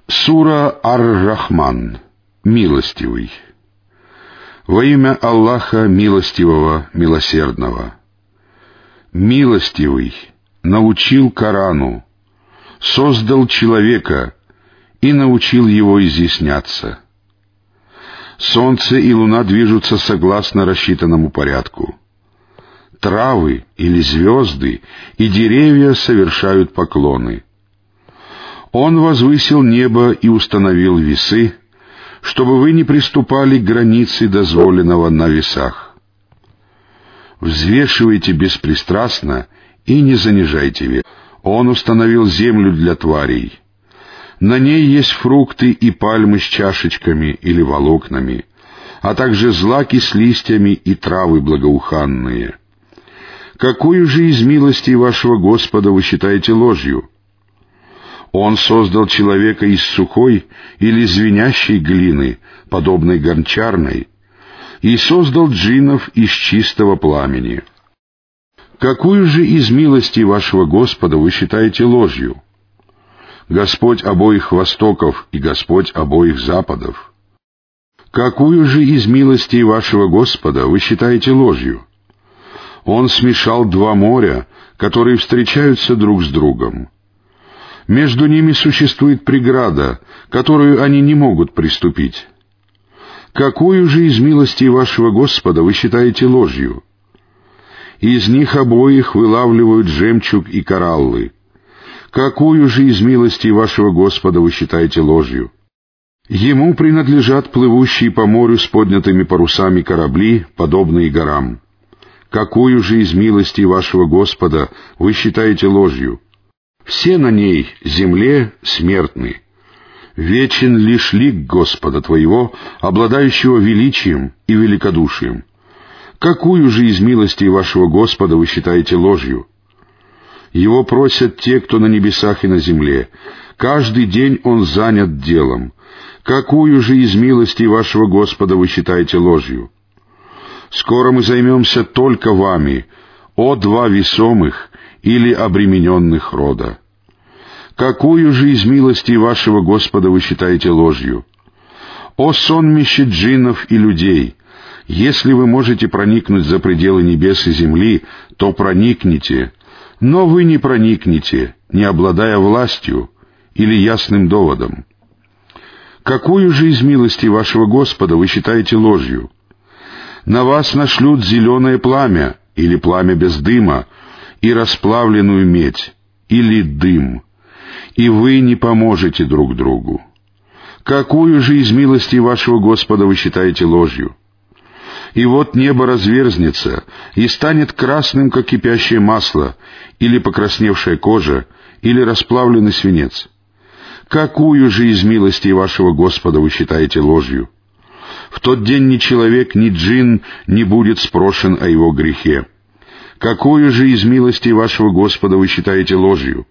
Сура Ар-Рахман. Милостивый. Во имя Аллаха Милостивого, Милосердного. Милостивый научил Корану, создал человека и научил его изъясняться. Солнце и луна движутся согласно рассчитанному порядку. Травы или звезды и деревья совершают поклоны. Он возвысил небо и установил весы, чтобы вы не приступали к границе дозволенного на весах. Взвешивайте беспристрастно и не занижайте вес. Он установил землю для тварей. На ней есть фрукты и пальмы с чашечками или волокнами, а также злаки с листьями и травы благоуханные. Какую же из милостей вашего Господа вы считаете ложью? Он создал человека из сухой или звенящей глины, подобной гончарной, и создал джиннов из чистого пламени. Какую же из милостей вашего Господа вы считаете ложью? Господь обоих востоков и Господь обоих западов. Какую же из милостей вашего Господа вы считаете ложью? Он смешал два моря, которые встречаются друг с другом. Между ними существует преграда, которую они не могут приступить. Какую же из милостей вашего Господа вы считаете ложью? Из них обоих вылавливают жемчуг и кораллы. Какую же из милостей вашего Господа вы считаете ложью? Ему принадлежат плывущие по морю с поднятыми парусами корабли, подобные горам. Какую же из милостей вашего Господа вы считаете ложью? Все на ней, земле, смертны. Вечен лишь лик Господа твоего, обладающего величием и великодушием. Какую же из милостей вашего Господа вы считаете ложью? Его просят те, кто на небесах и на земле. Каждый день он занят делом. Какую же из милостей вашего Господа вы считаете ложью? Скоро мы займемся только вами, о два весомых или обремененных рода. Какую же из милостей вашего Господа вы считаете ложью? О сонмище джиннов и людей! Если вы можете проникнуть за пределы небес и земли, то проникните, но вы не проникнете, не обладая властью или ясным доводом. Какую же из милостей вашего Господа вы считаете ложью? На вас нашлют зеленое пламя, или пламя без дыма, и расплавленную медь, или дым, и вы не поможете друг другу. Какую же из милостей вашего Господа вы считаете ложью? И вот небо разверзнется и станет красным, как кипящее масло, или покрасневшая кожа, или расплавленный свинец. Какую же из милостей вашего Господа вы считаете ложью? В тот день ни человек, ни джин не будет спрошен о его грехе. Какую же из милостей вашего Господа вы считаете ложью?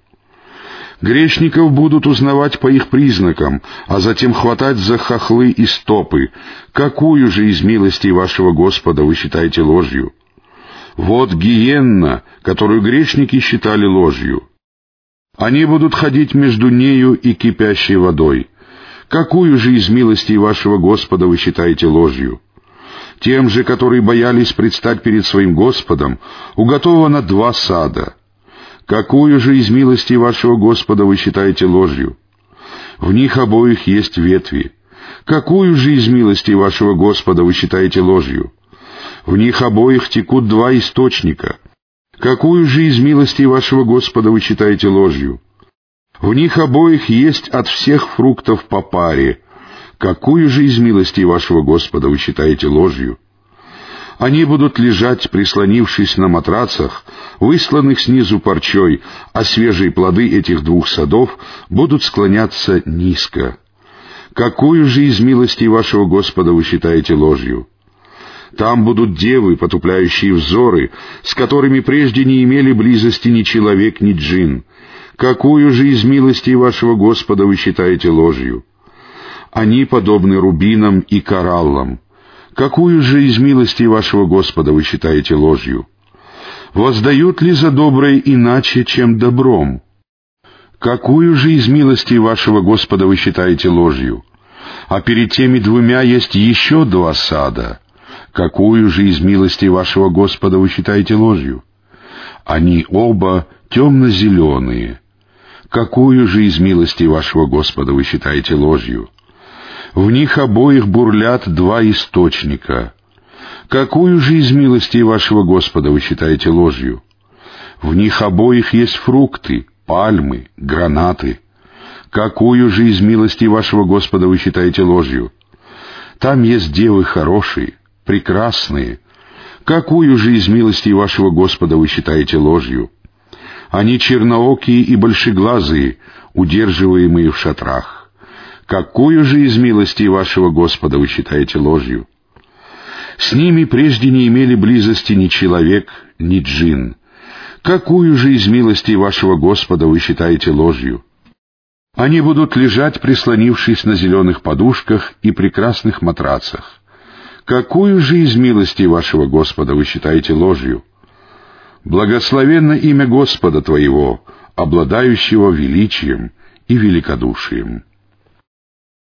Грешников будут узнавать по их признакам, а затем хватать за хохлы и стопы. Какую же из милостей вашего Господа вы считаете ложью? Вот гиенна, которую грешники считали ложью. Они будут ходить между нею и кипящей водой. Какую же из милостей вашего Господа вы считаете ложью? Тем же, которые боялись предстать перед своим Господом, уготовано два сада. Какую же из милостей вашего Господа вы считаете ложью? В них обоих есть ветви. Какую же из милостей вашего Господа вы считаете ложью? В них обоих текут два источника. Какую же из милостей вашего Господа вы считаете ложью? В них обоих есть от всех фруктов по паре. Какую же из милостей вашего Господа вы считаете ложью? Они будут лежать, прислонившись на матрацах, высланных снизу парчой, а свежие плоды этих двух садов будут склоняться низко. Какую же из милостей вашего Господа вы считаете ложью? Там будут девы, потупляющие взоры, с которыми прежде не имели близости ни человек, ни джин. Какую же из милостей вашего Господа вы считаете ложью? Они подобны рубинам и кораллам. Какую же из милостей вашего Господа вы считаете ложью? Воздают ли за доброе иначе, чем добром? Какую же из милостей вашего Господа вы считаете ложью? А перед теми двумя есть еще два сада. Какую же из милостей вашего Господа вы считаете ложью? Они оба темно-зеленые. Какую же из милостей вашего Господа вы считаете ложью? В них обоих бурлят два источника. Какую же из милостей вашего Господа вы считаете ложью? В них обоих есть фрукты, пальмы, гранаты. Какую же из милостей вашего Господа вы считаете ложью? Там есть девы хорошие, прекрасные. Какую же из милостей вашего Господа вы считаете ложью? Они черноокие и большеглазые, удерживаемые в шатрах. Какую же из милостей вашего Господа вы считаете ложью? С ними прежде не имели близости ни человек, ни джин. Какую же из милостей вашего Господа вы считаете ложью? Они будут лежать, прислонившись на зеленых подушках и прекрасных матрацах. Какую же из милостей вашего Господа вы считаете ложью? Благословенно имя Господа твоего, обладающего величием и великодушием.